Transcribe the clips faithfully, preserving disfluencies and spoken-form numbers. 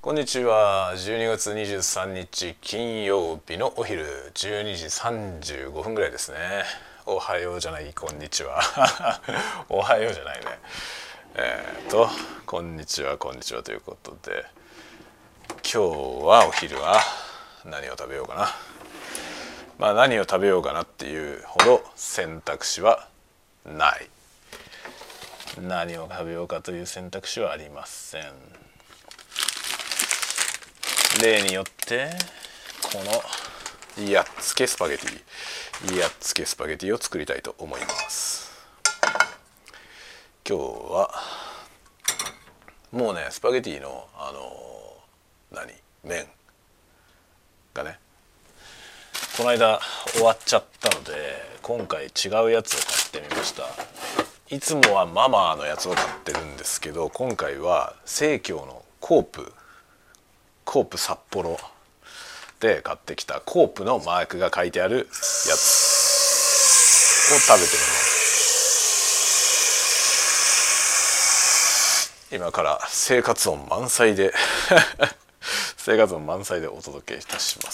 こんにちは。じゅうにがつにじゅうさんにち金曜日のお昼じゅうにじさんじゅうごふんぐらいですね。おはようじゃない、こんにちは。おはようじゃないね。えーとこんにちはこんにちはということで、今日はお昼は何を食べようかな。まあ何を食べようかなっていうほど選択肢はない。何を食べようかという選択肢はありません。例によってこのやっつけスパゲティやっつけスパゲティを作りたいと思います。今日はもうねスパゲティのあの何麺がねこの間終わっちゃったので、今回違うやつを買ってみました。いつもはママのやつを買ってるんですけど、今回は生協のコープコープ札幌で買ってきたコープのマークが書いてあるやつを食べてみます。今から生活音満載で生活音満載でお届けいたします。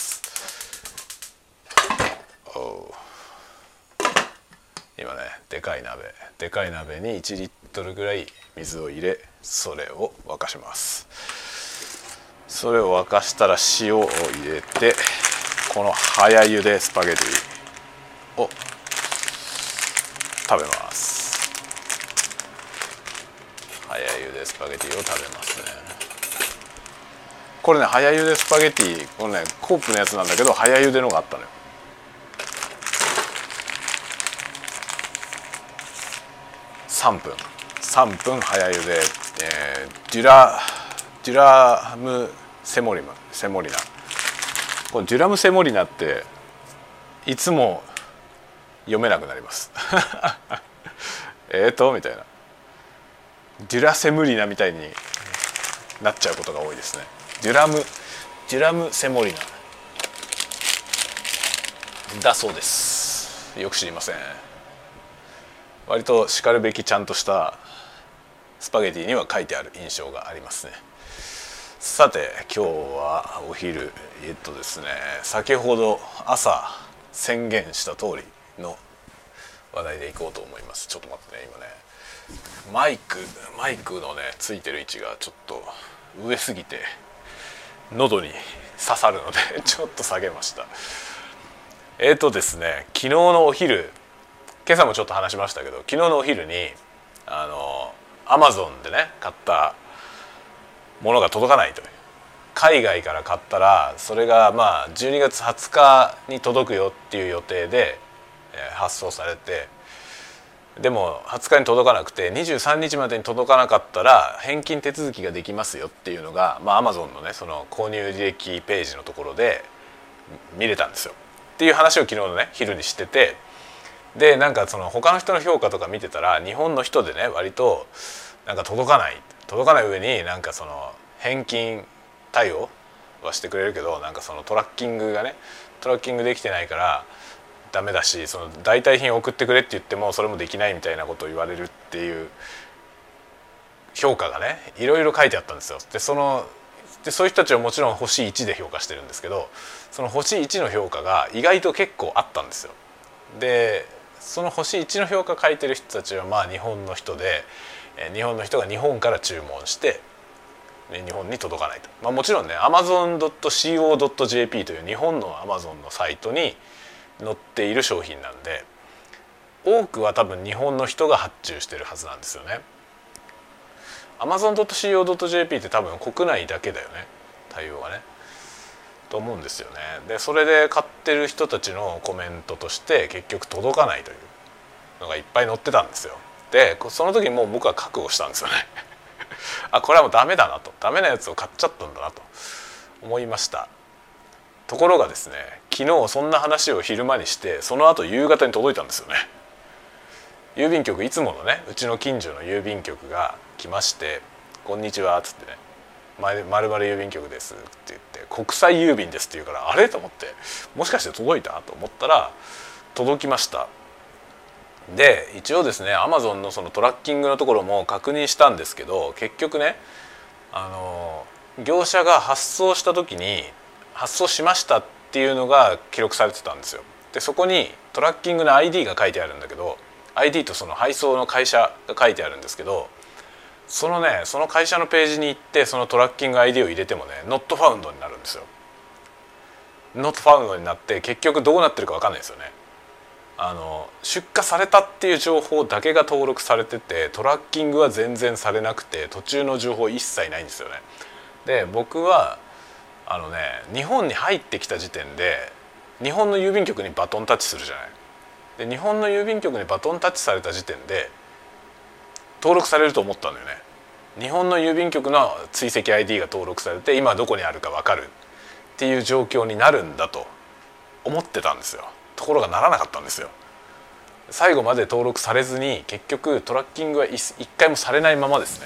今ねでかい鍋でかい鍋にいちリットルぐらい水を入れ、それを沸かします。それを沸かしたら塩を入れて、この早茹でスパゲティを食べます。早茹でスパゲティを食べますね。これね早茹でスパゲティ、これねコープのやつなんだけど早茹でのがあったのよ。さんぷんさんぷん早茹で、えー、デュラデュラムセモリナセモリナこのデュラムセモリナっていつも読めなくなりますえーとみたいな、デュラセムリナみたいになっちゃうことが多いですね。デュラムデュラムセモリナだそうです。よく知りません。割としかるべきちゃんとしたスパゲティには書いてある印象がありますね。さて今日はお昼えっとですね先ほど朝宣言した通りの話題でいこうと思います。ちょっと待ってね、今ねマイクマイクのねついてる位置がちょっと上すぎて喉に刺さるのでちょっと下げました。えっとですね昨日のお昼、今朝もちょっと話しましたけど、昨日のお昼にあのアマゾンでね買ったものが届かないという、海外から買ったらそれがまあじゅうにがつはつかに届くよっていう予定で発送されて、でもはつかに届かなくてにじゅうさんにちまでに届かなかったら返金手続きができますよっていうのが、まあ、Amazon のねその購入履歴ページのところで見れたんですよっていう話を昨日のね昼にしてて、でなんかその他の人の評価とか見てたら日本の人でね割となんか届かない届かない上になんかその返金対応はしてくれるけど、なんかそのトラッキングがねトラッキングできてないからダメだし、その代替品を送ってくれって言ってもそれもできないみたいなことを言われるっていう評価がねいろいろ書いてあったんですよ。でそのでそういう人たちはもちろん星いちで評価してるんですけど、その星いちの評価が意外と結構あったんですよ。でその星いちの評価書いてる人たちはまあ日本の人で、日本の人が日本から注文して日本に届かないと、まあ、もちろんね アマゾンドットシーオードットジェーピー という日本の Amazon のサイトに載っている商品なんで、多くは多分日本の人が発注してるはずなんですよね。 アマゾンドットシーオードットジェーピー って多分国内だけだよね対応がねと思うんですよね。でそれで買ってる人たちのコメントとして結局届かないというのがいっぱい載ってたんですよ。でその時もう僕は覚悟したんですよねあこれはもうダメだなと、ダメなやつを買っちゃったんだなと思いました。ところがですね昨日そんな話を昼間にして、その後夕方に届いたんですよね。郵便局、いつものねうちの近所の郵便局が来まして「こんにちは」っつってね「まるまる郵便局です」って言って「国際郵便です」って言うから、あれと思って、もしかして届いたと思ったら届きました。で一応ですね Amazon のそのトラッキングのところも確認したんですけど、結局ねあの業者が発送した時に発送しましたっていうのが記録されてたんですよ。でそこにトラッキングの アイディー が書いてあるんだけど、 アイディー とその配送の会社が書いてあるんですけど、そのねその会社のページに行ってそのトラッキング アイディー を入れてもね ノットファウンド になるんですよ。ノットファウンド になって結局どうなってるか分かんないですよね。あの出荷されたっていう情報だけが登録されてて、トラッキングは全然されなくて途中の情報一切ないんですよね。で僕はあのね日本に入ってきた時点で日本の郵便局にバトンタッチするじゃない。で日本の郵便局にバトンタッチされた時点で登録されると思ったんだよね。日本の郵便局の追跡 アイディー が登録されて今どこにあるか分かるっていう状況になるんだと思ってたんですよ。ところがならなかったんですよ。最後まで登録されずに結局トラッキングは一回もされないままですね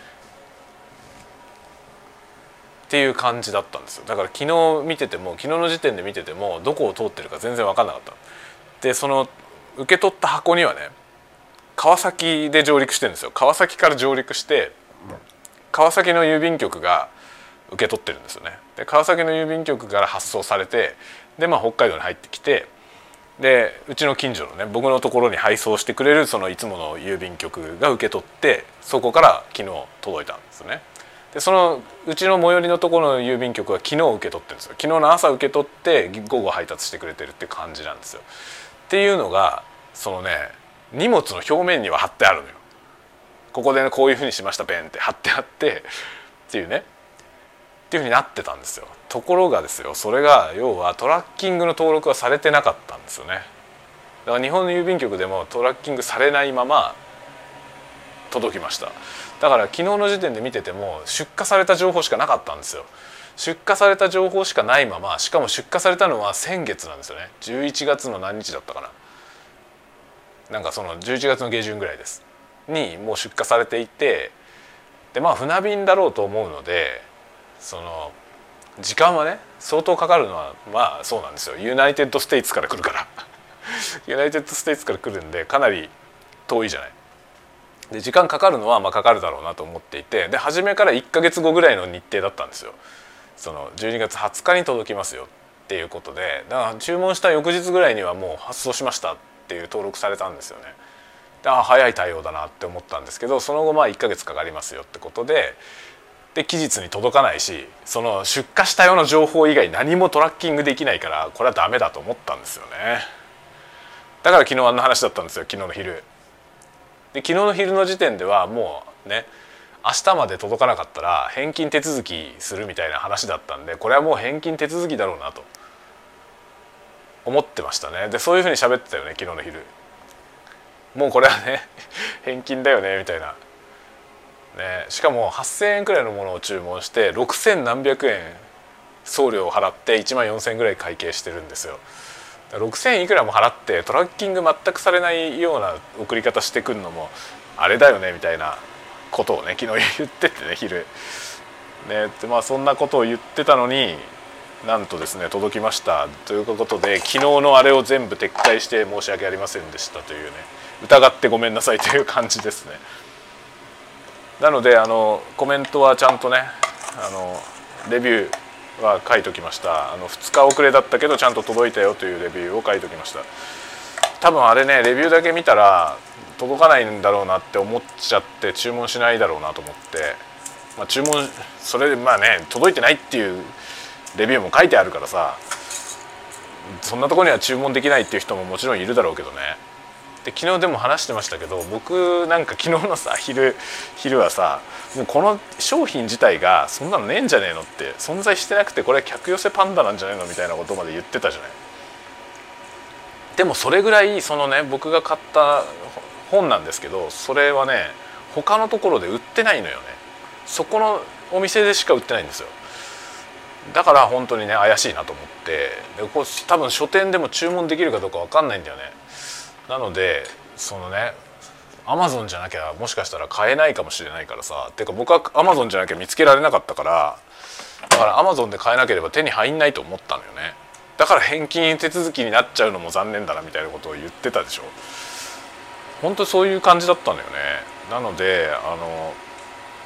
っていう感じだったんですよ。だから昨日見てても昨日の時点で見ててもどこを通ってるか全然分かんなかった。でその受け取った箱にはね川崎で上陸してるんですよ。川崎から上陸して川崎の郵便局が受け取ってるんですよね。で川崎の郵便局から発送されて、でまあ北海道に入ってきて、でうちの近所のね僕のところに配送してくれるそのいつもの郵便局が受け取って、そこから昨日届いたんですよね。でそのうちの最寄りのところの郵便局は昨日受け取ってるんですよ。昨日の朝受け取って午後配達してくれてるっていう感じなんですよ。っていうのがそのね荷物の表面には貼ってあるのよ。ここで、ね、こういうふうにしましたペンって貼ってあってっていうねっていうふうになってたんですよ。ところがですよ、それが要はトラッキングの登録はされてなかったんですよね。だから日本の郵便局でもトラッキングされないまま届きました。だから昨日の時点で見てても出荷された情報しかなかったんですよ。出荷された情報しかないまま、しかも出荷されたのは先月なんですよね。じゅういちがつの何日だったかな、なんかそのじゅういちがつの下旬ぐらいですにもう出荷されていて、でまあ船便だろうと思うのでその時間はね相当かかるのはまあそうなんですよ。ユナイテッドステイツから来るからユナイテッドステイツから来るんでかなり遠いじゃない。で時間かかるのはまあかかるだろうなと思っていて、で初めからいっかげつごぐらいの日程だったんですよ。そのじゅうにがつはつかに届きますよっていうことで、だから注文した翌日ぐらいにはもう発送しましたっていう登録されたんですよね。でああ早い対応だなって思ったんですけど、その後まあいっかげつかかりますよってことで、で期日に届かないし、その出荷したような情報以外何もトラッキングできないから、これはダメだと思ったんですよね。だから昨日あんな話だったんですよ。昨日の昼で昨日の昼の時点ではもうね明日まで届かなかったら返金手続きするみたいな話だったんで、これはもう返金手続きだろうなと思ってましたね。でそういうふうに喋ってたよね昨日の昼。もうこれはね返金だよねみたいな、ね、しかもはっせんえんくらいのものを注文してろくせんなんびゃくえん送料を払っていちまんよんせんえんぐらい会計してるんですよ。ろくせんいくらも払ってトラッキング全くされないような送り方してくるのもあれだよねみたいなことをね昨日言っててね昼ね。でまあそんなことを言ってたのになんとですね届きましたということで、昨日のあれを全部撤回して申し訳ありませんでしたというね、疑ってごめんなさいという感じですね。なのであのコメントはちゃんとねあのレビューは書いときました。あのふつか遅れだったけどちゃんと届いたよというレビューを書いときました。多分あれねレビューだけ見たら届かないんだろうなって思っちゃって注文しないだろうなと思って、まあ、注文それでまあね届いてないっていうレビューも書いてあるからさ、そんなところには注文できないっていう人ももちろんいるだろうけどね。で昨日でも話してましたけど、僕なんか昨日のさ昼昼はさもうこの商品自体がそんなのねえんじゃねえのって存在してなくて、これは客寄せパンダなんじゃないのみたいなことまで言ってたじゃない。でもそれぐらいそのね僕が買った本なんですけど、それはね他のところで売ってないのよね。そこのお店でしか売ってないんですよ。だから本当にね怪しいなと思って、でこう多分書店でも注文できるかどうか分かんないんだよね。なのでそのねアマゾンじゃなきゃもしかしたら買えないかもしれないからさ、てか僕はアマゾンじゃなきゃ見つけられなかったから、だからアマゾンで買えなければ手に入んないと思ったのよね。だから返金手続きになっちゃうのも残念だなみたいなことを言ってたでしょ。本当そういう感じだったのよね。なのであの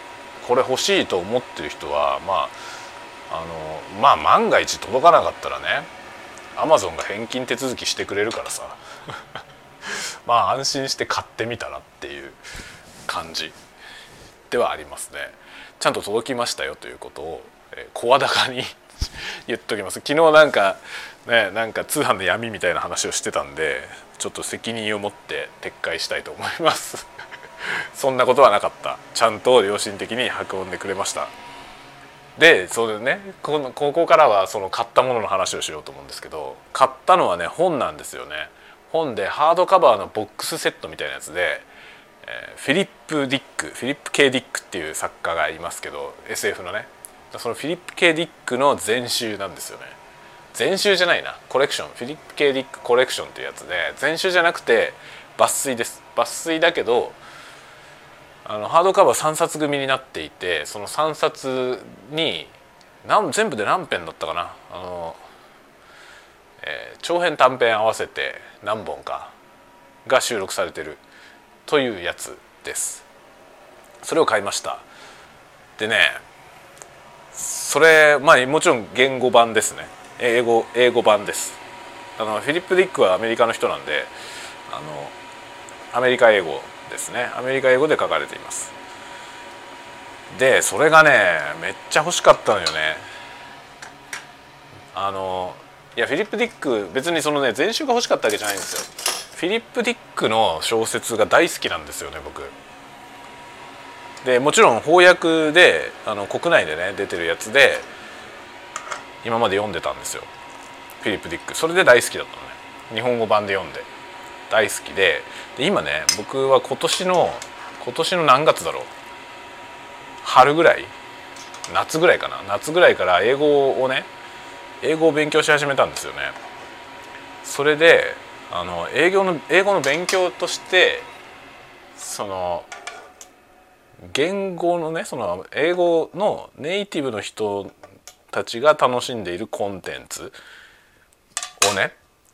これ欲しいと思ってる人はまああのまあ万が一届かなかったらね、アマゾンが返金手続きしてくれるからさまあ安心して買ってみたらっていう感じではありますね。ちゃんと届きましたよということを声高に言っときます。昨日なんかね、なんか通販で闇みたいな話をしてたんで、ちょっと責任を持って撤回したいと思いますそんなことはなかった。ちゃんと良心的に運んでくれました。で、それね、このここからはその買ったものの話をしようと思うんですけど、買ったのはね本なんですよね。本でハードカバーのボックスセットみたいなやつで、えー、フィリップ・ディックフィリップ・K・ディックっていう作家がいますけど、 エスエフ のね、そのフィリップ・K・ディックの全集なんですよね。全集じゃないな、コレクション、フィリップ・K・ディックコレクションっていうやつで、全集じゃなくて抜粋です。抜粋だけどあのハードカバーさんさつ組になっていて、そのさんさつに何全部で何編だったかな、あの、えー、長編短編合わせて何本かが収録されてるというやつです。それを買いました。でね、それまあもちろん言語版ですね。英語英語版です。あのフィリップ・ディックはアメリカの人なんで、あのアメリカ英語ですね。アメリカ英語で書かれています。でそれがねめっちゃ欲しかったのよね。あのいやフィリップ・ディック別にそのね全集が欲しかったわけじゃないんですよ。フィリップ・ディックの小説が大好きなんですよね僕。でもちろん翻訳であの国内でね出てるやつで今まで読んでたんですよ、フィリップ・ディック。それで大好きだったのね。日本語版で読んで大好きで、で今ね僕は今年の今年の何月だろう、春ぐらい夏ぐらいかな夏ぐらいから英語をね英語を勉強し始めたんですよね。それであの英語の英語の勉強としてその言語のねその英語のネイティブの人たちが楽しんでいるコンテンツをね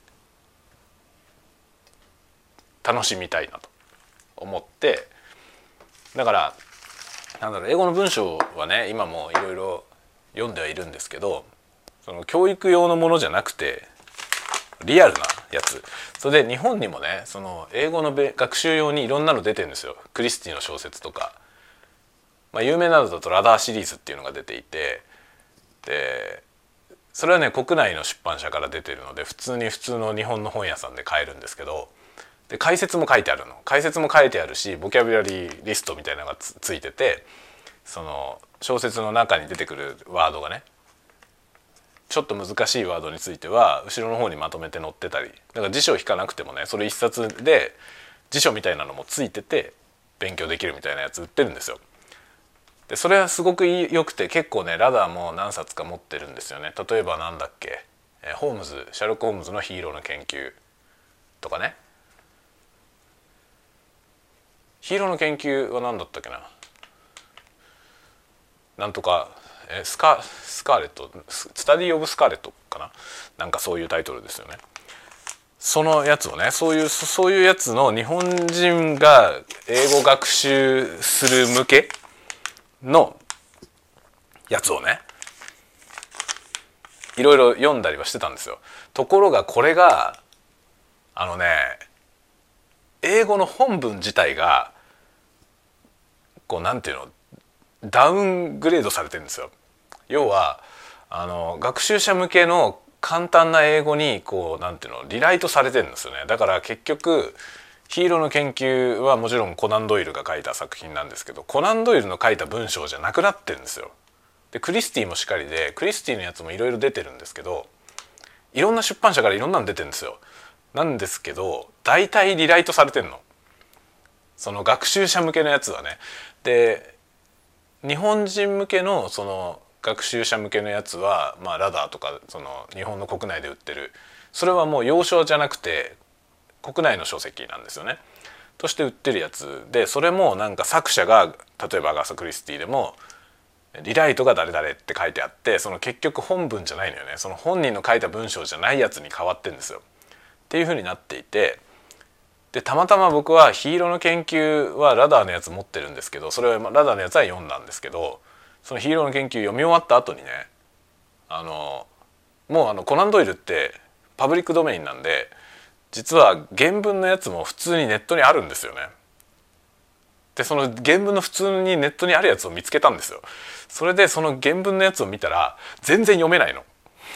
楽しみたいなと思って、だからなんだろう、英語の文章はね今もいろいろ読んではいるんですけど、その教育用のものじゃなくてリアルなやつ。それで日本にもねその英語の学習用にいろんなの出てるんですよ。クリスティの小説とか、まあ、有名なのだとラダーシリーズっていうのが出ていて、でそれはね国内の出版社から出てるので普通に普通の日本の本屋さんで買えるんですけど、で解説も書いてあるの解説も書いてあるしボキャブラリーリストみたいなのが つ, ついてて、その小説の中に出てくるワードがねちょっと難しいワードについては後ろの方にまとめて載ってたり、だから辞書を引かなくてもねそれ一冊で辞書みたいなのもついてて勉強できるみたいなやつ売ってるんですよ。でそれはすごく良くて結構ねラダーも何冊か持ってるんですよね。例えばなんだっけ、ホームズシャーロック・ホームズのヒーローの研究とかね。ヒーローの研究は何だったっけな、なんとかえスカスカーレットスタディ・オブ・スカーレットかな、なんかそういうタイトルですよね。そのやつをねそういうそういうやつの日本人が英語学習する向けのやつをねいろいろ読んだりはしてたんですよ。ところがこれがあのね英語の本文自体がこうなんていうのダウングレードされてるんですよ。要はあの学習者向けの簡単な英語にこうなんていうのリライトされてるんですよね。だから結局ヒーローの研究はもちろんコナン・ドイルが書いた作品なんですけど、コナン・ドイルの書いた文章じゃなくなってるんですよ。でクリスティもしっかりでクリスティのやつもいろいろ出てるんですけど、いろんな出版社からいろんなの出てるんですよ。なんですけど大体リライトされてるの、その学習者向けのやつはね。で日本人向けのその学習者向けのやつは、まあ、ラダーとかその日本の国内で売ってるそれはもう洋書じゃなくて国内の書籍なんですよねとして売ってるやつで、それもなんか作者が例えばアガサ・クリスティでもリライトが誰々って書いてあって、その結局本文じゃないのよね。その本人の書いた文章じゃないやつに変わってるんですよっていう風になっていて、 でたまたま僕はヒーローの研究はラダーのやつ持ってるんですけど、それはラダーのやつは読んだんですけど、そのヒーローの研究読み終わった後にね、あのもうあのコナン・ドイルってパブリックドメインなんで、実は原文のやつも普通にネットにあるんですよね。でその原文の普通にネットにあるやつを見つけたんですよ。それでその原文のやつを見たら全然読めないの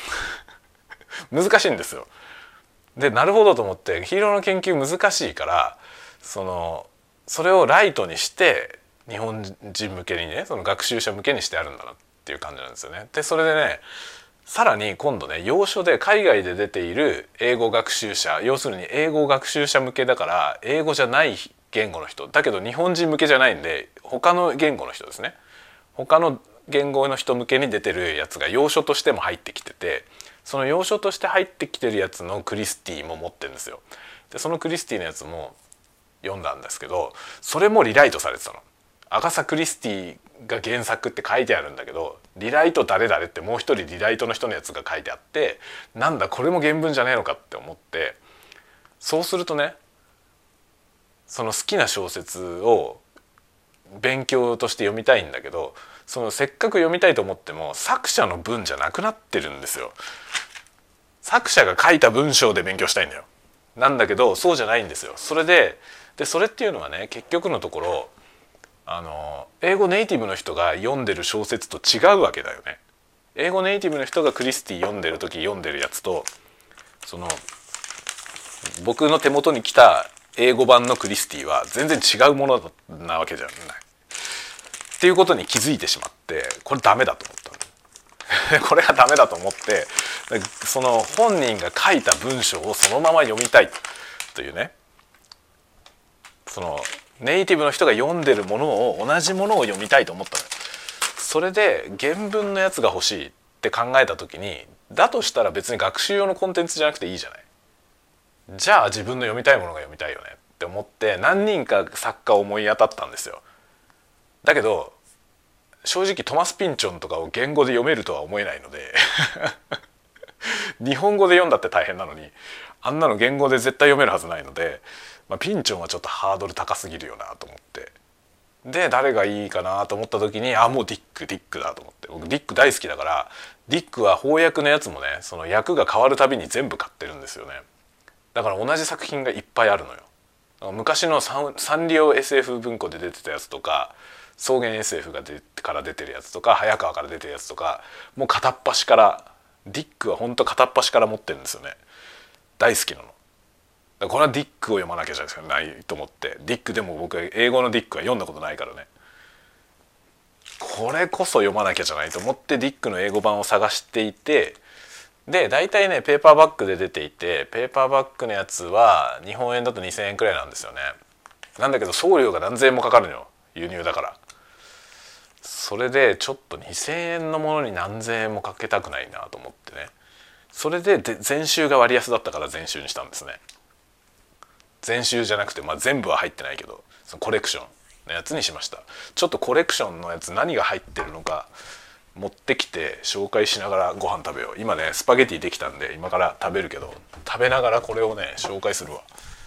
難しいんですよ。でなるほどと思って、ヒーローの研究難しいから、そのそれをライトにして日本人向けにね、その学習者向けにしてあるんだなっていう感じなんですよね。でそれでね、さらに今度ね、要所で海外で出ている英語学習者、要するに英語学習者向けだから、英語じゃない言語の人だけど日本人向けじゃないんで、他の言語の人ですね、他の言語の人向けに出てるやつが要所としても入ってきてて、その要所として入ってきてるやつのクリスティも持ってるんですよ。でそのクリスティのやつも読んだんですけど、それもリライトされてたの。アガサ・クリスティが原作って書いてあるんだけど、リライト誰々ってもう一人リライトの人のやつが書いてあって、なんだこれも原文じゃねえのかって思って、そうするとね、その好きな小説を勉強として読みたいんだけど、そのせっかく読みたいと思っても作者の文じゃなくなってるんですよ。作者が書いた文章で勉強したいんだよ。なんだけどそうじゃないんですよ。それででそれっていうのはね、結局のところあの英語ネイティブの人が読んでる小説と違うわけだよね。英語ネイティブの人がクリスティ読んでる時読んでるやつと、その僕の手元に来た英語版のクリスティは全然違うものなわけじゃないっていうことに気づいてしまって、これダメだと思ったのこれがダメだと思って、その本人が書いた文章をそのまま読みたいというね、そのネイティブの人が読んでるものを同じものを読みたいと思ったのよ。それで原文のやつが欲しいって考えた時に、だとしたら別に学習用のコンテンツじゃなくていいじゃない。じゃあ自分の読みたいものが読みたいよねって思って何人か作家を思い当たったんですよ。だけど正直トマス・ピンチョンとかを言語で読めるとは思えないので日本語で読んだって大変なのに、あんなの言語で絶対読めるはずないので、まあ、ピンチョンはちょっとハードル高すぎるよなと思って、で誰がいいかなと思った時に、あもうディックディックだと思って、僕ディック大好きだから、ディックは翻訳のやつもね、その訳が変わるたびに全部買ってるんですよね。だから同じ作品がいっぱいあるのよ。昔のサンサンリオ エスエフ 文庫で出てたやつとか、草原 エスエフ がでから出てるやつとか、早川から出てるやつとか、もう片っ端から、ディックはほんと片っ端から持ってるんですよね。大好きなの。だからこれはディックを読まなきゃじゃないと思って、ディックでも僕は英語のディックは読んだことないからね、これこそ読まなきゃじゃないと思ってディックの英語版を探していて、で大体ねペーパーバッグで出ていて、ペーパーバッグのやつは日本円だとにせんえんくらいなんですよね。なんだけど送料が何千円もかかるのよ、輸入だから。それでちょっとにせんえんのものに何千円もかけたくないなと思ってね、それで全集が割安だったから全集にしたんですね。全集じゃなくて、まあ、全部は入ってないけどそのコレクションのやつにしました。ちょっとコレクションのやつ何が入ってるのか持ってきて紹介しながらご飯食べよう。今ねスパゲティできたんで今から食べるけど、食べながらこれをね紹介するわ。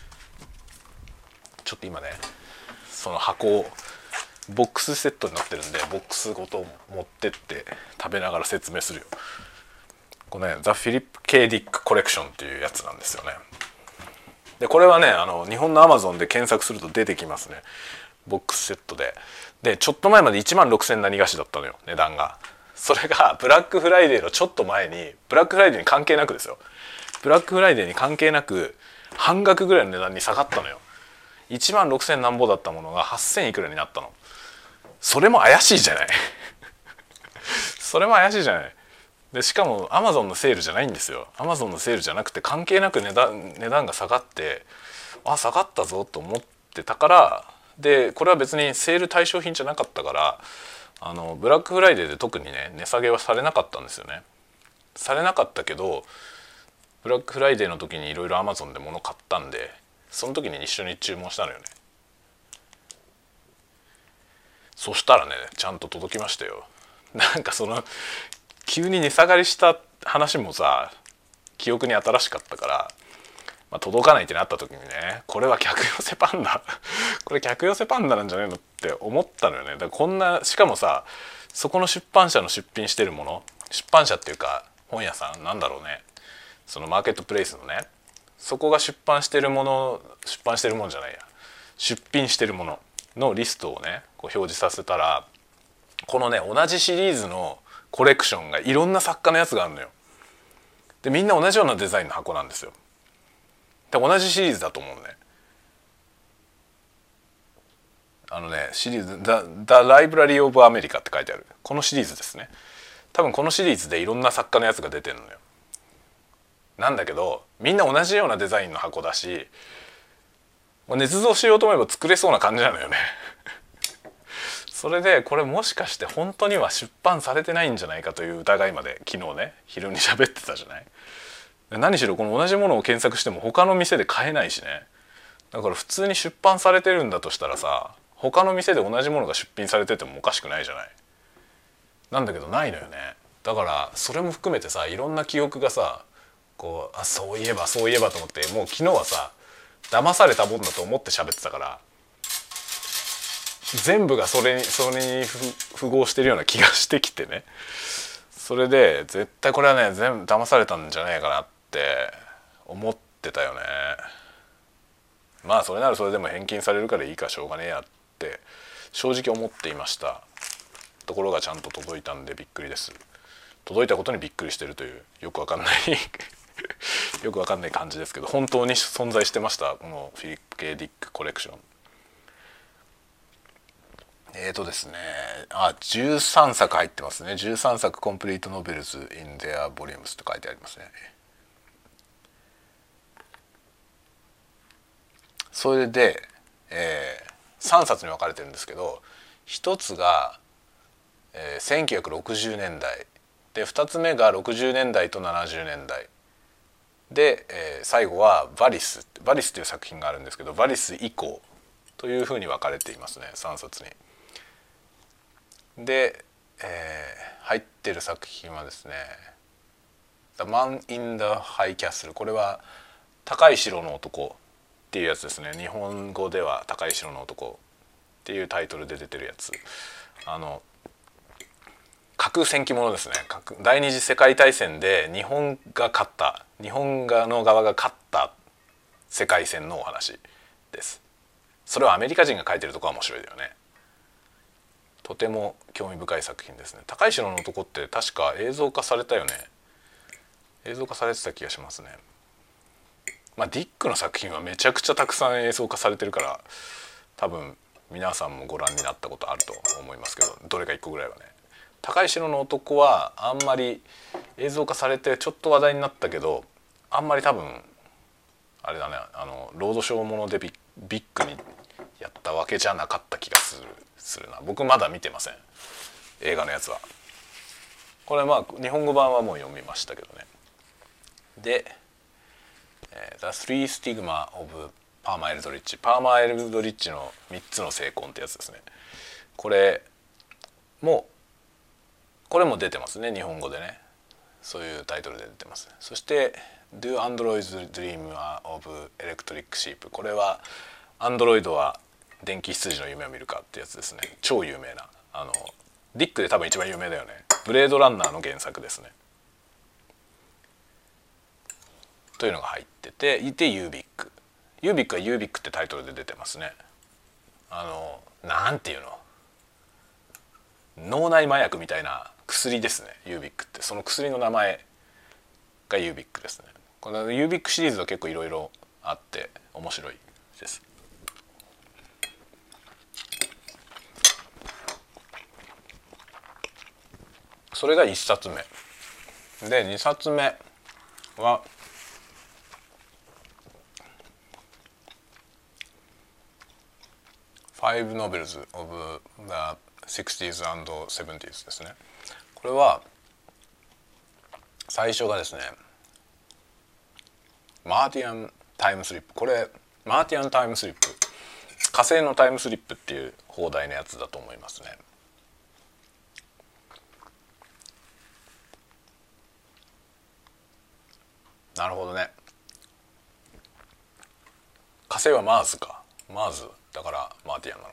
ちょっと今ねその箱をボックスセットになってるんで、ボックスごと持ってって食べながら説明するよ。これねザ・フィリップ・ケイ・ディック・コレクションっていうやつなんですよね。でこれはねあの日本のアマゾンで検索すると出てきますね、ボックスセットで。でちょっと前までいちまんろくせん何がしだったのよ、値段が。それがブラックフライデーのちょっと前に、ブラックフライデーに関係なくですよ、ブラックフライデーに関係なく半額ぐらいの値段に下がったのよ。いちまんろくせんなんぼだったものがはっせんいくらになったの。それも怪しいじゃないそれも怪しいじゃない。でしかもアマゾンのセールじゃないんですよ。アマゾンのセールじゃなくて関係なく値段値段が下がって、あ下がったぞと思ってたから、でこれは別にセール対象品じゃなかったから、あのブラックフライデーで特にね値下げはされなかったんですよね。されなかったけどブラックフライデーの時にいろいろアマゾンで物買ったんで、その時に一緒に注文したのよね。そしたらねちゃんと届きましたよ。なんかその急に値下がりした話もさ記憶に新しかったから、 まあ、届かないってなった時にね、これは客寄せパンダこれ客寄せパンダなんじゃないのって思ったのよね。だからこんな、しかもさ、そこの出版社の出品してるもの、出版社っていうか本屋さんなんだろうね、そのマーケットプレイスのね、そこが出版してるもの、出版してるものじゃないや出品してるもののリストをねこう表示させたら、このね同じシリーズのコレクションがいろんな作家のやつがあるのよ。でみんな同じようなデザインの箱なんですよ。で同じシリーズだと思うね。あのねシリーズ The, The Library of America って書いてあるこのシリーズですね。多分このシリーズでいろんな作家のやつが出てるのよ。なんだけどみんな同じようなデザインの箱だし、捏造しようと思えば作れそうな感じなのよねそれでこれもしかして本当には出版されてないんじゃないかという疑いまで昨日ね昼に喋ってたじゃない。何しろこの同じものを検索しても他の店で買えないしね。だから普通に出版されてるんだとしたらさ、他の店で同じものが出品されててもおかしくないじゃない。なんだけどないのよね。だからそれも含めてさ、いろんな記憶がさこう、あそういえばそういえばと思って、もう昨日はさ騙されたもんだと思って喋ってたから、全部がそれにそれに符合してるような気がしてきてね。それで絶対これはね全部騙されたんじゃないかなって思ってたよね。まあそれならそれでも返金されるからいいかしょうがねえやって正直思っていました。ところがちゃんと届いたんでびっくりです。届いたことにびっくりしてるというよくわかんないよくわかんない感じですけど、本当に存在してました、このフィリップ・K・ディックコレクション。えーとですねあじゅうさんさく入ってますね。じゅうさんさくコンプリートノベルズ in their volumes と書いてありますね。それで、えー、さんさつに分かれてるんですけど、ひとつが、えー、せんきゅうひゃくろくじゅうねんだいで、ふたつめがろくじゅうねんだいとななじゅうねんだいで、えー、最後はバリスバリスという作品があるんですけど、バリス以降というふうに分かれていますね、さんさつに。で、えー、入ってる作品はですね「The Man in the High Castle」、これは高い城の男っていうやつですね。日本語では高い城の男っていうタイトルで出てるやつ。あの核戦記ものですね。第二次世界大戦で日本が勝った日本側の側が勝った世界戦のお話です。それはアメリカ人が書いてるとこは面白いだよね。とても興味深い作品ですね。高い城の男って確か映像化されたよね。映像化されてた気がしますね。まあディックの作品はめちゃくちゃたくさん映像化されてるから多分皆さんもご覧になったことあると思いますけど、どれかいっこぐらいはね。高い城の男はあんまり映像化されてちょっと話題になったけど、あんまり多分あれだね、あのロードショーものでビッグにやったわけじゃなかった気がするするな。僕まだ見てません、映画のやつは。これまあ日本語版はもう読みましたけどね。で「The Three Stigma of パーマ・エルドリッジ」、パーマ・エルドリッジのみっつの成婚ってやつですね。これもこれも出てますね、日本語でね。そういうタイトルで出てます。そして「Do Androids Dream of Electric Sheep」、これは「アンドロイドは電気羊の夢を見るか」ってやつですね。超有名な、あのディックで多分一番有名だよね。ブレードランナーの原作ですね。というのが入ってていて、ユービックユービックはユービックってタイトルで出てますね。あのなんていうの、脳内麻薬みたいな薬ですね、ユービックって。その薬の名前がユービックですね。このユービックシリーズは結構いろいろあって面白いです。それがいっさつめで、にさつめは「Five Novels of the シックスティーズ and セブンティーズ」ですね。これは最初がですねマーティアンタイムスリップ。これマーティアンタイムスリップ、火星のタイムスリップっていう放題のやつだと思いますね。なるほどね。 星はマーズか、マーズだからマーティアンなの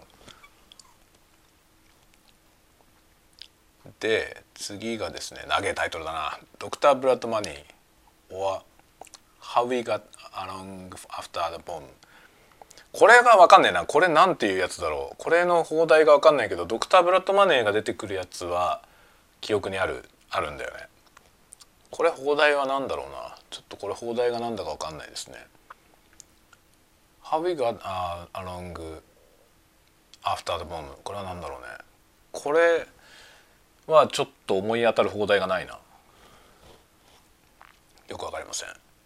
で、次がですね、長いタイトルだな。ドクター・ブラッド・マニー or How We Got Along After the Bomb。 これが分かんねえな。これなんていうやつだろう。これの放題が分かんないけど、ドクター・ブラッド・マネーが出てくるやつは記憶にあるあるんだよね。これ放題は何だろうな。ちょっとこれ放題が何だか分かんないですね。How We Got Along After the Bomb、 これは何だろうね。これはちょっと思い当たる放題がないな。よくわかりませ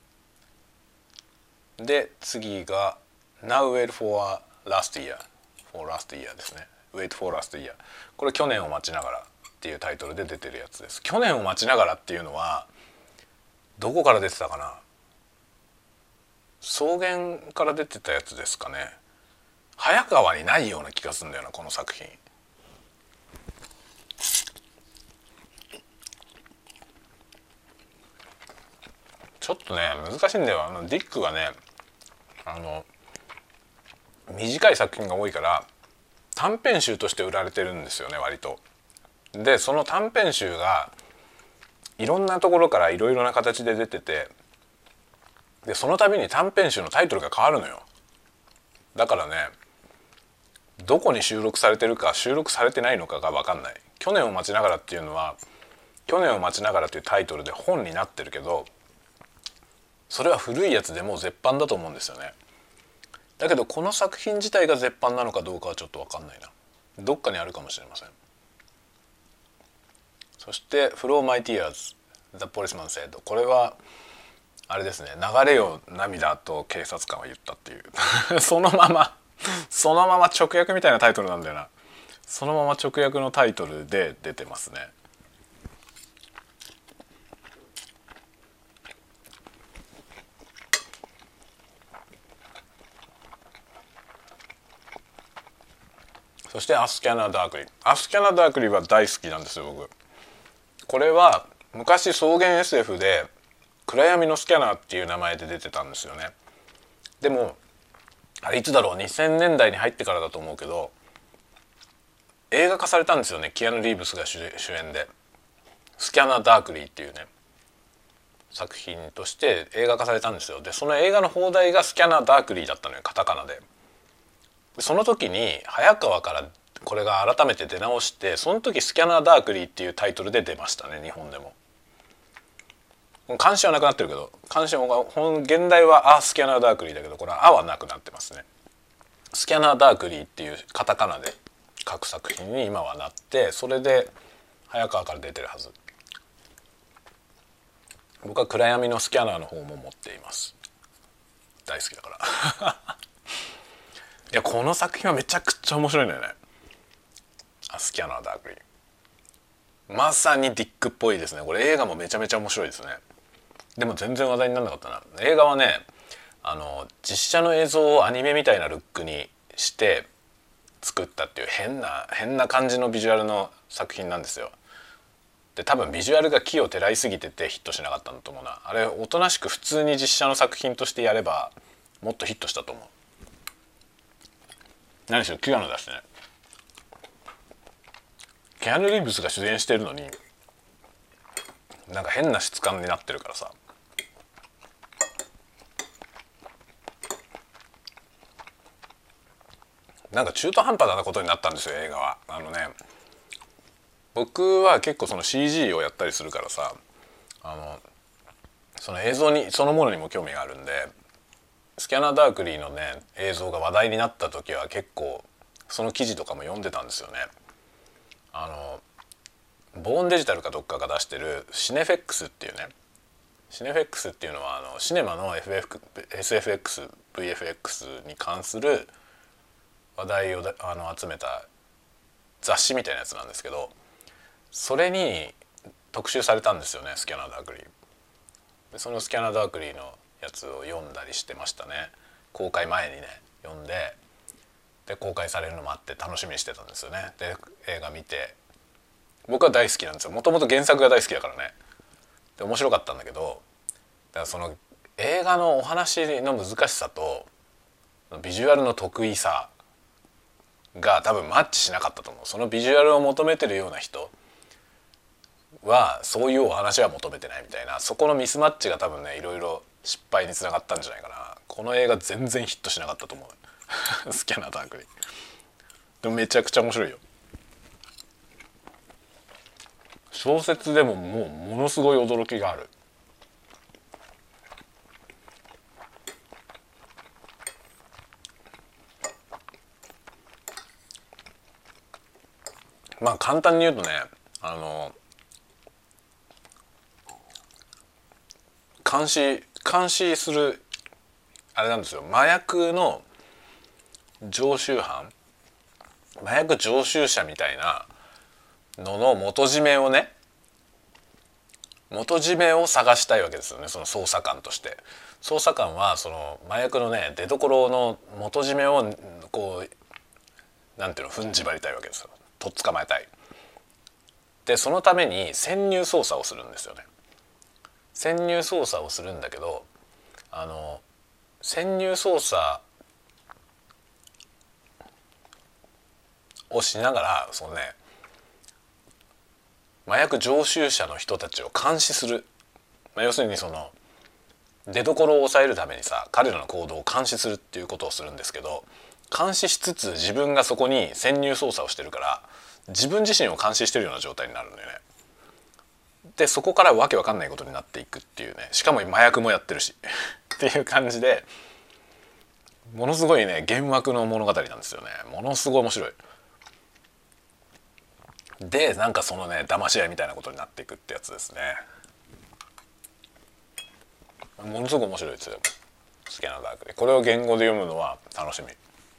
ん。で次が Now Wait for Last Year for Last Year ですね。 Wait for Last Year、 これ去年を待ちながらっていうタイトルで出てるやつです。去年を待ちながらっていうのはどこから出てたかな。草原から出てたやつですかね。早川にないような気がするんだよな、この作品。ちょっとね難しいんだよ。あのディックがね、あの短い作品が多いから短編集として売られてるんですよね、割と。でその短編集がいろんなところからいろいろな形で出てて、でその度に短編集のタイトルが変わるのよ。だからね、どこに収録されてるか収録されてないのかが分かんない。去年を待ちながらっていうのは去年を待ちながらというタイトルで本になってるけど、それは古いやつでもう絶版だと思うんですよね。だけどこの作品自体が絶版なのかどうかはちょっと分かんないな。どっかにあるかもしれません。そして「Flow My Tears The Policeman Said」、これはあれですね、流れよ涙と警察官は言ったっていうそのままそのまま直訳みたいなタイトルなんだよな。そのまま直訳のタイトルで出てますね。そしてアスキャナ・ダークリー。アスキャナ・ダークリーは大好きなんですよ僕。これは昔草原 エスエフ で暗闇のスキャナーっていう名前で出てたんですよね。でもあれいつだろう、にせんねんだいに入ってからだと思うけど映画化されたんですよね。キアヌ・リーブスが主演でスキャナー・ダークリーっていうね作品として映画化されたんですよ。でその映画の放題がスキャナー・ダークリーだったのよ、カタカナで。その時に早川からこれが改めて出直して、その時スキャナー・ダークリーっていうタイトルで出ましたね、日本でも。監視はなくなってるけど、監視は本現代は「あスキャナー・ダークリー」だけど、これは「あ」はなくなってますね。スキャナー・ダークリーっていうカタカナで書く作品に今はなって、それで早川から出てるはず。僕は暗闇のスキャナーの方も持っています。大好きだからいやこの作品はめちゃくちゃ面白いんだよね。あスキャナー・ダークリーまさにディックっぽいですね。これ映画もめちゃめちゃ面白いですね。でも全然話題にならなかったな。映画はね、あの実写の映像をアニメみたいなルックにして作ったっていう変な変な感じのビジュアルの作品なんですよ。で多分ビジュアルが奇をてらいすぎててヒットしなかったんだと思うな。あれおとなしく普通に実写の作品としてやればもっとヒットしたと思う。何しろキアヌだしね。キアヌ・リーブスが主演してるのになんか変な質感になってるからさ。なんか中途半端なことになったんですよ映画は。あのね僕は結構その シージー をやったりするからさ、あのその映像にそのものにも興味があるんで、スキャナー・ダークリーのね映像が話題になった時は結構その記事とかも読んでたんですよね。あのボーンデジタルかどっかが出してるシネフェックスっていうね、シネフェックスっていうのはあのシネマの エフエフ エスエフエックス ブイエフエックス に関する話題をあの集めた雑誌みたいなやつなんですけど、それに特集されたんですよね、スキャナー・ダークリー。でそのスキャナー・ダークリーのやつを読んだりしてましたね。公開前にね読んで、で公開されるのもあって楽しみにしてたんですよね。で映画見て、僕は大好きなんですよ。もともと原作が大好きだからね。で面白かったんだけど、だからその映画のお話の難しさとビジュアルの得意さが多分マッチしなかったと思う。そのビジュアルを求めてるような人はそういうお話は求めてないみたいな、そこのミスマッチが多分ねいろいろ失敗につながったんじゃないかな。この映画全然ヒットしなかったと思うスキャナーダークに。でもめちゃくちゃ面白いよ。小説でももうものすごい驚きがある。まあ簡単に言うとね、あの監視監視するあれなんですよ。麻薬の常習犯、麻薬常習者みたいなのの元締めをね元締めを探したいわけですよね、その捜査官として。捜査官はその麻薬のね出所の元締めをこうなんていうの踏ん縛りたいわけですよ。とっ捕まえたい。でそのために潜入捜査をするんですよね。潜入捜査をするんだけど、あの潜入捜査をしながらそのね麻薬常習者の人たちを監視する、まあ、要するにその出所を抑えるためにさ彼らの行動を監視するっていうことをするんですけど、監視しつつ自分がそこに潜入捜査をしてるから自分自身を監視してるような状態になるんだよね。でそこからわけわかんないことになっていくっていうね、しかも麻薬もやってるしっていう感じでものすごいね幻惑の物語なんですよね。ものすごい面白い。でなんかそのね騙し合いみたいなことになっていくってやつですね。ものすごく面白いですよスキャナーダークで。これを言語で読むのは楽しみ。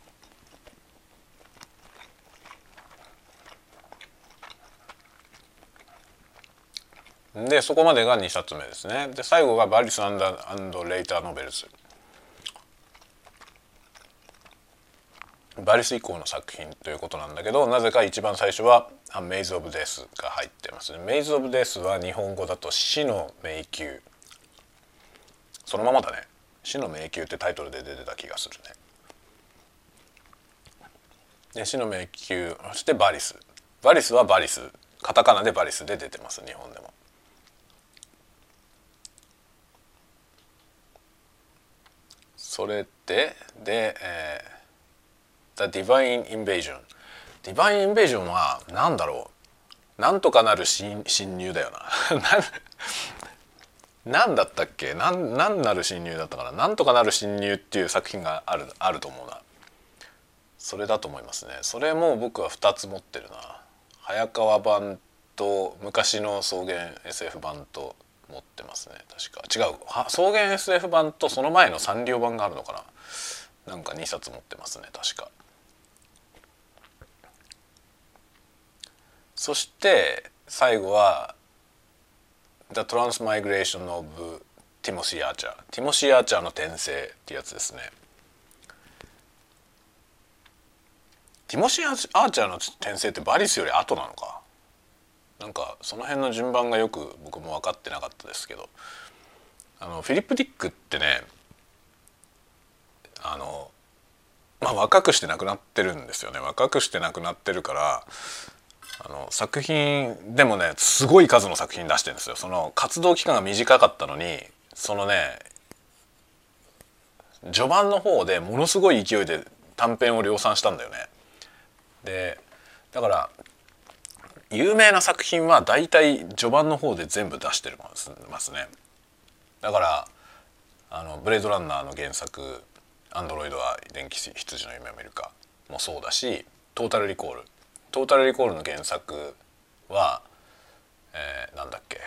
でそこまでがにさつめですね。で最後がバリス&レイターノベルズ。バリス以降の作品ということなんだけど、なぜか一番最初は「メイズ・オブ・デス」が入ってますね。メイズ・オブ・デスは日本語だと死の迷宮、そのままだね。死の迷宮ってタイトルで出てた気がするね。で死の迷宮、そしてバリス。バリスはバリス、カタカナでバリスで出てます日本でも。それでで、えー、The Divine Invasion。ディバインインベージョンは何だろう、なんとかなる侵入だよななんだったっけ、なんなんなる侵入だったかな。なんとかなる侵入っていう作品があるあると思うな。それだと思いますね。それも僕はふたつ持ってるな。早川版と昔の草原 エスエフ 版と持ってますね。確か違う、草原 エスエフ 版とその前のサンリオ版があるのかな。なんかにさつ持ってますね確か。そして最後は The Transmigration of Timothy Archer。 ティモシー・アーチャーの転生ってやつですね。ティモシー・アーチャーの転生ってバリスより後なのか。なんかその辺の順番がよく僕も分かってなかったですけど、あのフィリップ・ディックってね、あのまあ若くして亡くなってるんですよね。若くして亡くなってるからあの作品でもねすごい数の作品出してるんですよ。その活動期間が短かったのにそのね序盤の方でものすごい勢いで短編を量産したんだよね。でだから有名な作品はだいたい序盤の方で全部出してるますね。だからあのブレードランナーの原作アンドロイドは電気羊の夢を見るかもそうだし、トータルリコールトータルリコールの原作は、えー、なんだっけ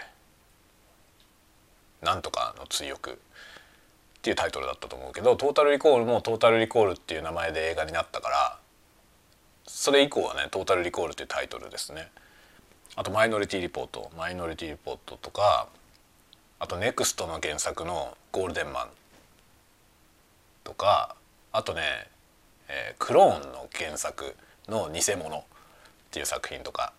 なんとかの追憶っていうタイトルだったと思うけど、トータルリコールもトータルリコールっていう名前で映画になったから、それ以降はねトータルリコールっていうタイトルですね。あとマイノリティリポートマイノリティリポートとか、あとネクストの原作のゴールデンマンとか、あとね、えー、クローンの原作の偽物っていう作品とか、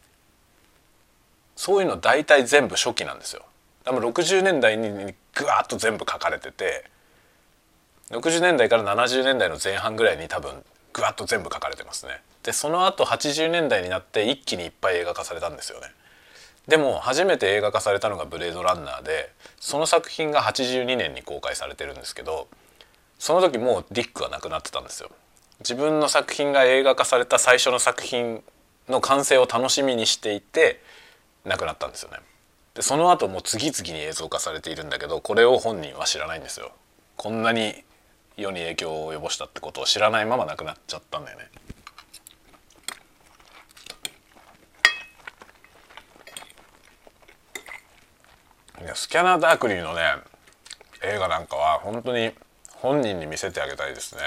そういうの大体全部初期なんですよ。多分ろくじゅうねんだいにぐわっと全部書かれてて、 ろくじゅうねんだいからななじゅうねんだいの前半ぐらいに多分ぐわっと全部書かれてますね。でその後はちじゅうねんだいになって一気にいっぱい映画化されたんですよね。でも初めて映画化されたのがブレードランナーで、その作品がはちじゅうにねんに公開されてるんですけど、その時もうディックは亡くなってたんですよ。自分の作品が映画化された最初の作品の完成を楽しみにしていて亡くなったんですよね。でその後も次々に映像化されているんだけど、これを本人は知らないんですよ。こんなに世に影響を及ぼしたってことを知らないまま亡くなっちゃったんだよね。いやスキャナー・ダークリーのね映画なんかは本当に本人に見せてあげたいですね。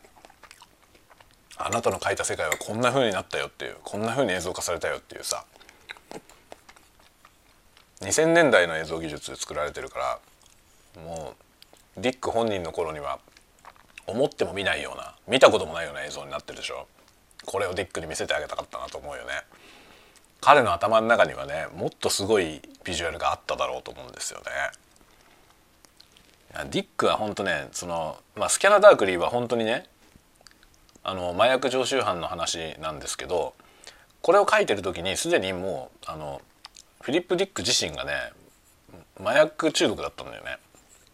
あなたの描いた世界はこんな風になったよっていう、こんな風に映像化されたよっていうさ、にせんねんだいの映像技術で作られてるから、もうディック本人の頃には思っても見ないような、見たこともないような映像になってるでしょ。これをディックに見せてあげたかったなと思うよね。彼の頭の中にはねもっとすごいビジュアルがあっただろうと思うんですよね。ディックは本当ね、その、まあ、スキャナ・ダークリーは本当にねあの麻薬常習犯の話なんですけど、これを書いてる時にすでにもうあのフィリップ・ディック自身がね麻薬中毒だったんだよね。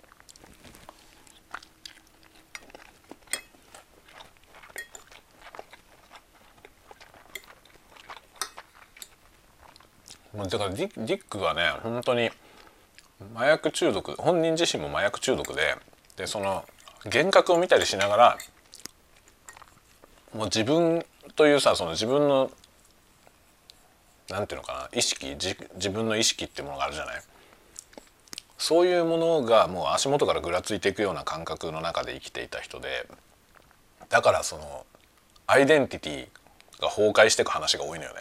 もうだからディディックはね本当に麻薬中毒、本人自身も麻薬中毒で、でその幻覚を見たりしながらもう自分というさ、その自分のなんていうのかな、意識、自、自分の意識っていうものがあるじゃない。そういうものがもう足元からぐらついていくような感覚の中で生きていた人で、だからそのアイデンティティが崩壊していく話が多いのよね。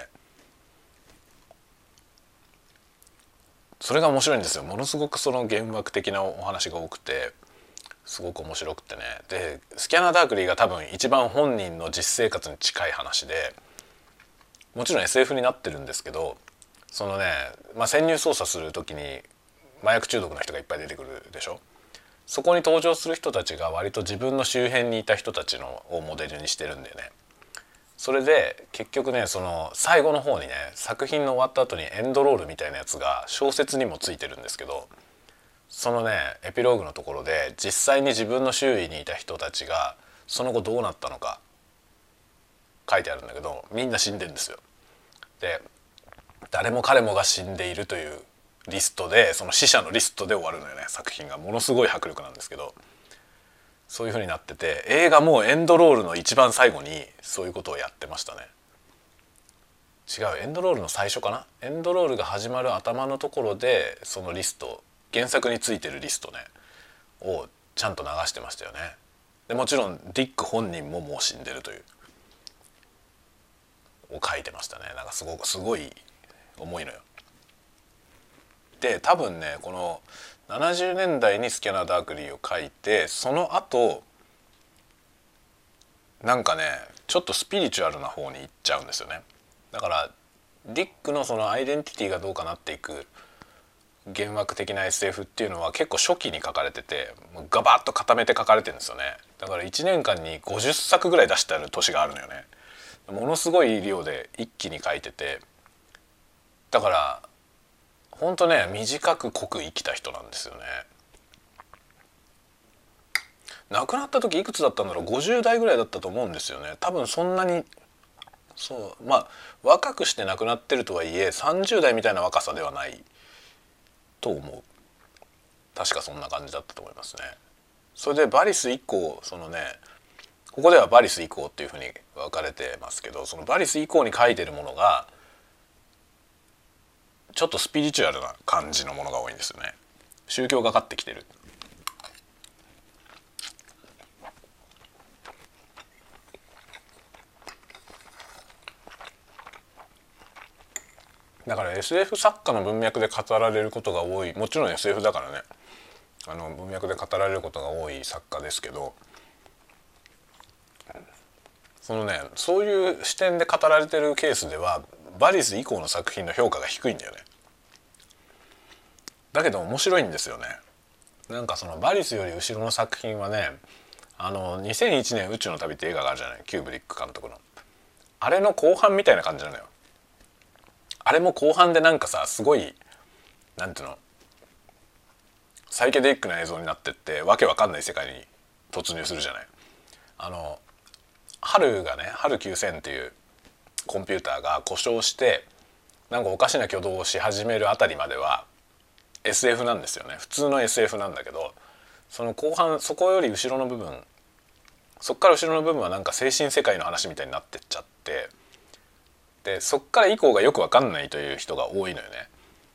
それが面白いんですよ。ものすごくその幻惑的なお話が多くてすごく面白くてね。でスキャナー・ダークリーが多分一番本人の実生活に近い話で、もちろん エスエフ になってるんですけど、そのね、まあ、潜入捜査する時に麻薬中毒の人がいっぱい出てくるでしょ。そこに登場する人たちが割と自分の周辺にいた人たちのをモデルにしてるんだよね。それで結局ね、その最後の方にね作品の終わった後にエンドロールみたいなやつが小説にもついてるんですけど、そのねエピローグのところで実際に自分の周囲にいた人たちがその後どうなったのか書いてあるんだけど、みんな死んでるんですよ。で誰も彼もが死んでいるというリストで、その死者のリストで終わるのよね。作品がものすごい迫力なんですけど、そういう風になってて、映画もエンドロールの一番最後にそういうことをやってましたね。違う、エンドロールの最初かな。エンドロールが始まる頭のところでそのリスト、原作についてるリストねをちゃんと流してましたよね。でもちろんディック本人ももう死んでるというを書いてましたね。なんかすごくすごい重いのよ。で多分ねこのななじゅうねんだいにスキャナー・ダークリーを書いて、その後なんかねちょっとスピリチュアルな方に行っちゃうんですよね。だからディックのそのアイデンティティがどうかなっていく幻惑的な エスエフ っていうのは結構初期に書かれてて、ガバッと固めて書かれてるんですよね。だからいちねんかんにごじゅっさくぐらい出してある年があるのよね。ものすごい量で一気に書いてて、だからほんとね短く濃く生きた人なんですよね。亡くなった時いくつだったんだろう。ごじゅうだいぐらいだったと思うんですよね。多分そんなに、そうまあ若くして亡くなってるとはいえさんじゅうだいみたいな若さではないと思う。確かそんな感じだったと思いますね。それでバリス以降、そのねここではバリス以降っていうふうに分かれてますけど、そのバリス以降に書いてるものがちょっとスピリチュアルな感じのものが多いんですよね。宗教がかってきてる。だから エスエフ 作家の文脈で語られることが多い、もちろん エスエフ だからね、あの文脈で語られることが多い作家ですけど、そのねそういう視点で語られてるケースではバリス以降の作品の評価が低いんだよね。だけど面白いんですよね。なんかそのバリスより後ろの作品はねあのにせんいちねん宇宙の旅って映画があるじゃない、キューブリック監督の。あれの後半みたいな感じなのよ。あれも後半でなんかさ、すごいなんていうの、サイケデリックな映像になってってわけわかんない世界に突入するじゃない。あの春がね、春きゅうせんっていうコンピューターが故障してなんかおかしな挙動をし始めるあたりまでは エスエフ なんですよね。普通の エスエフ なんだけど、その後半、そこより後ろの部分、そっから後ろの部分はなんか精神世界の話みたいになってっちゃって、でそっから以降がよくわかんないという人が多いのよね。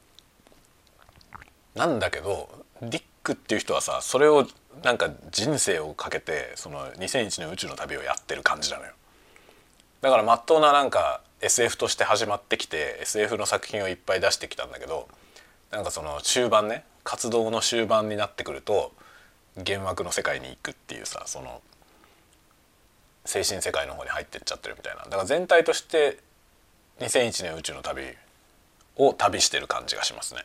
なんだけどディックっていう人はさ、それをなんか人生をかけてそのにせんいちねん宇宙の旅をやってる感じなのよ。だから真っ当ななんか エスエフ として始まってきて エスエフ の作品をいっぱい出してきたんだけど、なんかその終盤ね、活動の終盤になってくると幻惑の世界に行くっていうさ、その精神世界の方に入ってっちゃってるみたいな。だから全体としてにせんいちねん宇宙の旅を旅してる感じがしますね。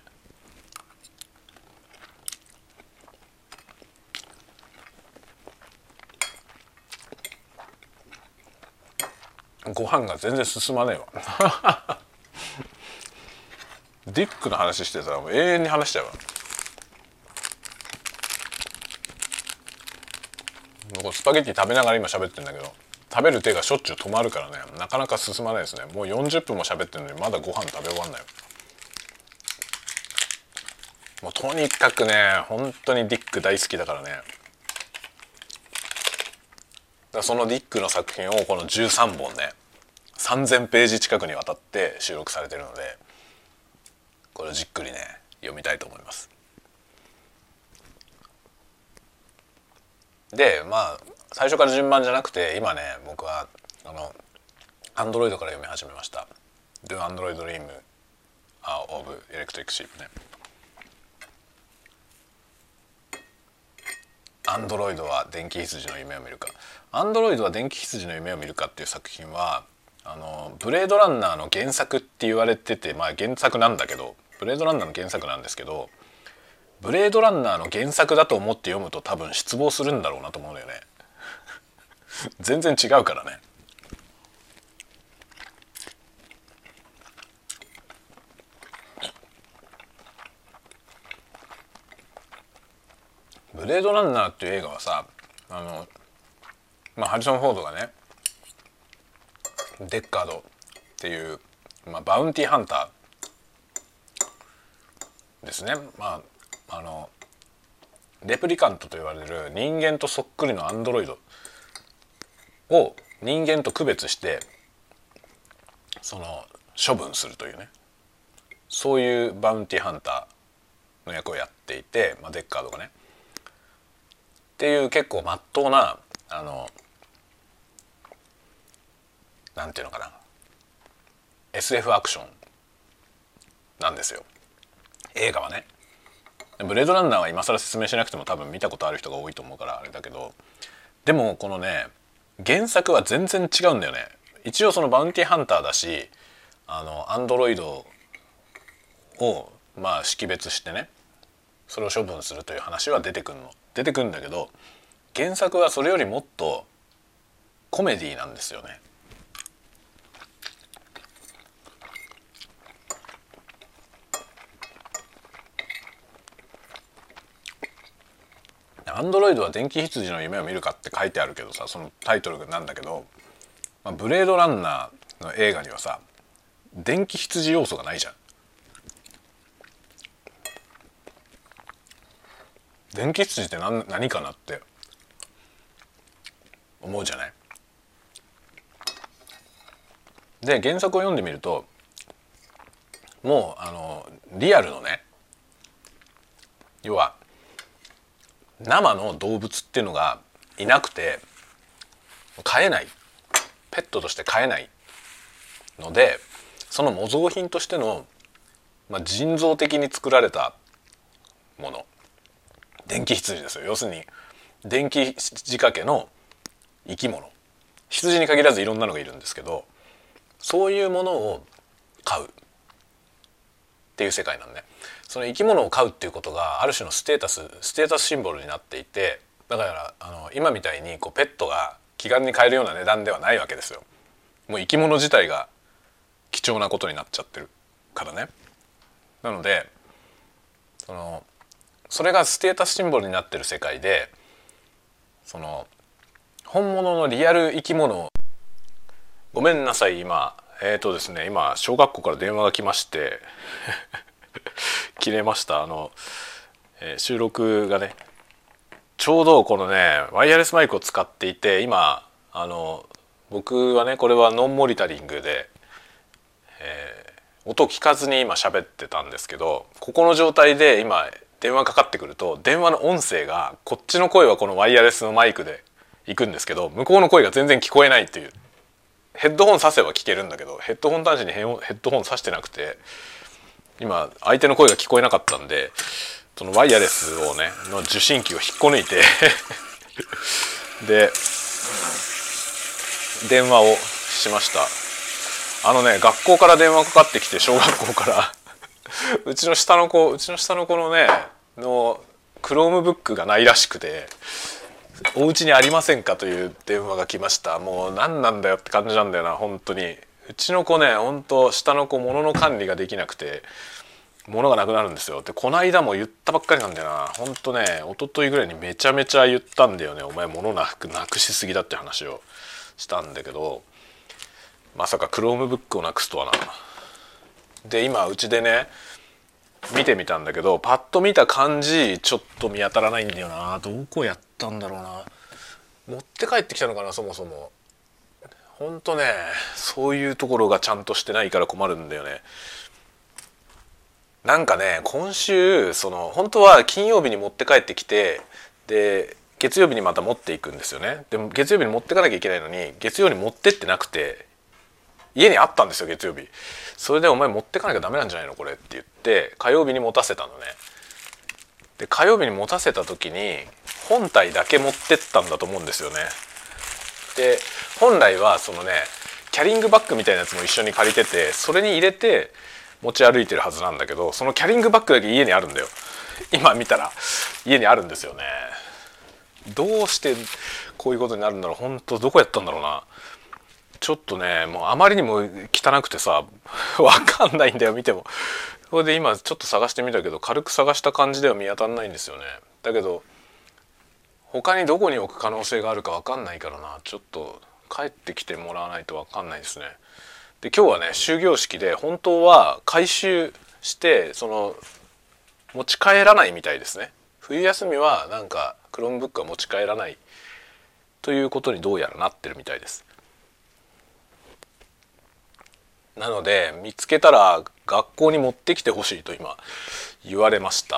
ご飯が全然進まねえわディックの話してたらもう永遠に話しちゃうわ。スパゲッティ食べながら今喋ってるんだけど、食べる手がしょっちゅう止まるからね、なかなか進まないですね。もうよんじゅっぷんも喋ってるのにまだご飯食べ終わんないよ。もうとにかくね、本当にディック大好きだからね。だからそのディックの作品をこのじゅうさんぼんね、さんぜんページ近くにわたって収録されてるので、これをじっくりね読みたいと思います。でまあ最初から順番じゃなくて、今ね僕はあのアンドロイドから読み始めました。 Do Android Dream of Electric Sheep ね。アンドロイドは電気羊の夢を見るか。アンドロイドは電気羊の夢を見るかっていう作品はあのブレードランナーの原作って言われてて、まあ原作なんだけど、ブレードランナーの原作なんですけど、ブレードランナーの原作だと思って読むと多分失望するんだろうなと思うんだよね全然違うからね。ブレードランナーっていう映画はさ、あのまあハリソン・フォードがね、デッカードっていう、まあ、バウンティーハンターですね。まああのレプリカントと言われる人間とそっくりのアンドロイドを人間と区別してその処分するというね、そういうバウンティーハンターの役をやっていて、まあ、デッカードがねっていう結構まっとうな、あのなんていうのかな、 エスエフ アクションなんですよ映画はね。ブレードランナーは今更説明しなくても多分見たことある人が多いと思うからあれだけど、でもこのね原作は全然違うんだよね。一応そのバウンティーハンターだし、あのアンドロイドをまあ識別してね、それを処分するという話は出てくるの出てくるんだけど、原作はそれよりもっとコメディなんですよね。アンドロイドは電気羊の夢を見るかって書いてあるけどさ、そのタイトルなんだけど、まあ、ブレードランナーの映画にはさ電気羊要素がないじゃん。電気羊って 何, 何かなって思うじゃない。で原作を読んでみるともうあのリアルのね、要は生の動物っていうのがいなくて飼えない、ペットとして飼えないので、その模造品としての、まあ、人造的に作られたもの、電気羊ですよ。要するに電気仕掛けの生き物、羊に限らずいろんなのがいるんですけど、そういうものを飼うっていう世界なんね。その生き物を飼うっていうことがある種のステータスステータスシンボルになっていて、 だからあの今みたいにこうペットが気軽に買えるような値段ではないわけですよ。もう生き物自体が貴重なことになっちゃってるからね。なのでそのそれがステータスシンボルになってる世界で、その本物のリアル生き物を、ごめんなさい今えっ、ー、とですね今小学校から電話が来まして切れました。あの、えー、収録がねちょうどこのねワイヤレスマイクを使っていて、今あの僕はねこれはノンモニタリングで、えー、音聞かずに今喋ってたんですけど、ここの状態で今電話かかってくると電話の音声がこっちの声はこのワイヤレスのマイクで行くんですけど、向こうの声が全然聞こえないっていう。ヘッドホン挿せば聞けるんだけどヘッドホン端子にヘッドホン挿してなくて、今相手の声が聞こえなかったんでそのワイヤレスをねの受信機を引っこ抜いてで電話をしました。あのね学校から電話かかってきて、小学校からうちの下の子うちの下の子のねのクロームブックがないらしくて、お家にありませんかという電話が来ました。もう何なんだよって感じなんだよな本当に。うちの子ね本当下の子物の管理ができなくて物がなくなるんですよ。でこの間も言ったばっかりなんだよな。本当ね一昨日ぐらいにめちゃめちゃ言ったんだよね。お前物なくなくしすぎだって話をしたんだけど、まさかクロームブックをなくすとはな。で今うちでね見てみたんだけど、パッと見た感じちょっと見当たらないんだよな。どこやったんだろうな。持って帰ってきたのかな。そもそもほんとねそういうところがちゃんとしてないから困るんだよね。なんかね今週その本当は金曜日に持って帰ってきて、で月曜日にまた持っていくんですよね。でも月曜日に持ってかなきゃいけないのに月曜に持ってってなくて、家にあったんですよ月曜日。それでお前持ってかなきゃダメなんじゃないのこれって言って火曜日に持たせたのね。で火曜日に持たせた時に本体だけ持ってったんだと思うんですよね。で本来はそのねキャリングバッグみたいなやつも一緒に借りてて、それに入れて持ち歩いてるはずなんだけど、そのキャリングバッグだけ家にあるんだよ。今見たら家にあるんですよね。どうしてこういうことになるんだろう。本当どこやったんだろうな。ちょっとねもうあまりにも汚くてさ分かんないんだよ見ても。それで今ちょっと探してみたけど軽く探した感じでは見当たらないんですよね。だけど他にどこに置く可能性があるか分かんないからな。ちょっと帰ってきてもらわないと分かんないですね。で今日はね終業式で本当は回収してその持ち帰らないみたいですね。冬休みはなんかクロームブックは持ち帰らないということにどうやらなってるみたいです。なので見つけたら学校に持ってきてほしいと今言われました。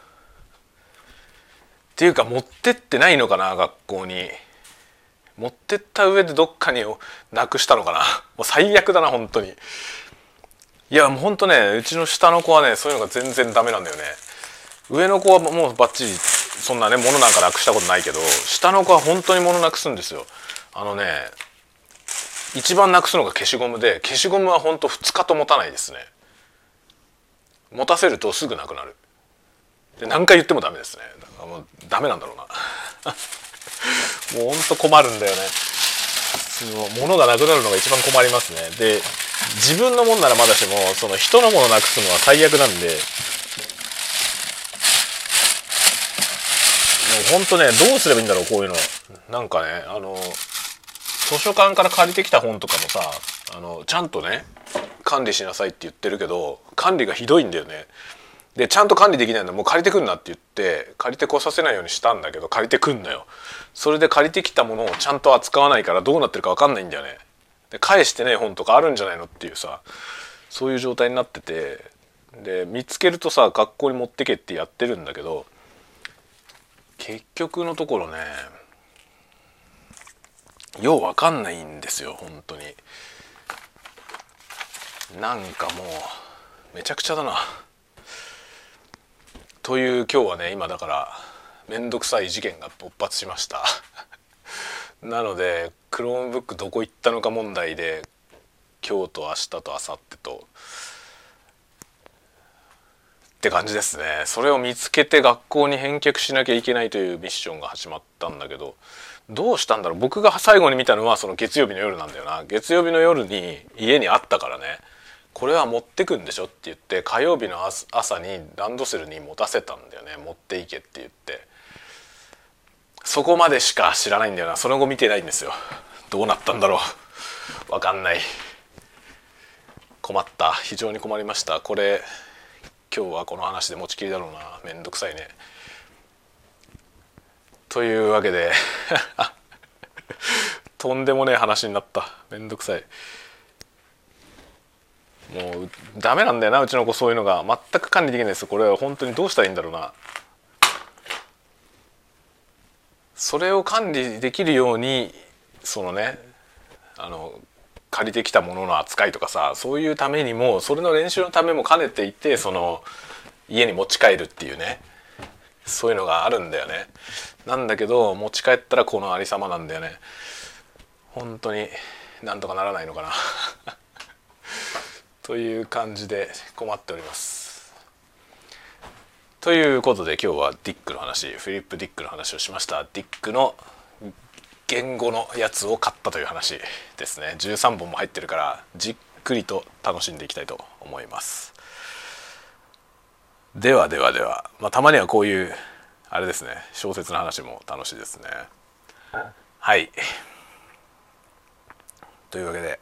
っていうか持ってってないのかな。学校に持ってった上でどっかになくしたのかな。もう最悪だな本当に。いやもう本当ねうちの下の子はねそういうのが全然ダメなんだよね。上の子はもうバッチリそんなね物なんかなくしたことないけど、下の子は本当に物なくすんですよ。あのね一番なくすのが消しゴムで、消しゴムは本当ふつかと持たないですね。持たせるとすぐなくなる。で何回言ってもダメですね。だからもうダメなんだろうなもうほんと困るんだよね。その物がなくなるのが一番困りますね。で自分のもんならまだしもその人のものなくすのは最悪なんで、もうほんとねどうすればいいんだろうこういうの。なんかねあの図書館から借りてきた本とかもさあのちゃんとね管理しなさいって言ってるけど管理がひどいんだよね。でちゃんと管理できないのもう借りてくんなって言って借りてこさせないようにしたんだけど借りてくんのよ。それで借りてきたものをちゃんと扱わないからどうなってるか分かんないんだよね。で返してね本とかあるんじゃないのっていうさそういう状態になってて、で見つけるとさ学校に持ってけってやってるんだけど結局のところねよう分かんないんですよ本当に。なんかもうめちゃくちゃだな。という今日はね今だからめんどくさい事件が勃発しましたなのでクロームブックどこ行ったのか問題で今日と明日と明後日とっって感じですね。それを見つけて学校に返却しなきゃいけないというミッションが始まったんだけど、どうしたんだろう。僕が最後に見たのはその月曜日の夜なんだよな。月曜日の夜に家にあったからね、これは持ってくんでしょって言って火曜日の朝にランドセルに持たせたんだよね。持っていけって言って。そこまでしか知らないんだよな。その後見てないんですよ。どうなったんだろう、わかんない。困った、非常に困りました。これ今日はこの話で持ちきりだろうな。めんどくさいね。というわけでとんでもねえ話になった。めんどくさい。もうダメなんだよな、うちの子。そういうのが全く管理できないですよ。これは本当にどうしたらいいんだろうな。それを管理できるように、そのね、あの借りてきたものの扱いとかさ、そういうためにも、それの練習のためも兼ねていて、その家に持ち帰るっていうね、そういうのがあるんだよね。なんだけど持ち帰ったらこのありさまなんだよね。本当になんとかならないのかなという感じで困っております。ということで今日はディックの話、フィリップ・ディックの話をしました。ディックの言語のやつを買ったという話ですね。じゅうさんぼんも入ってるからじっくりと楽しんでいきたいと思います。ではではでは、まあ、たまにはこういうあれですね、小説の話も楽しいですね。はい、というわけで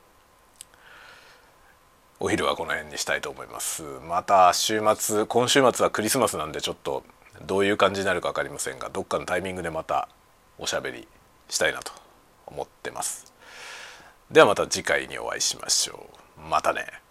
お昼はこの辺にしたいと思います。また週末、今週末はクリスマスなんで、ちょっとどういう感じになるか分かりませんが、どっかのタイミングでまたおしゃべりしたいなと思ってます。ではまた次回にお会いしましょう。またね。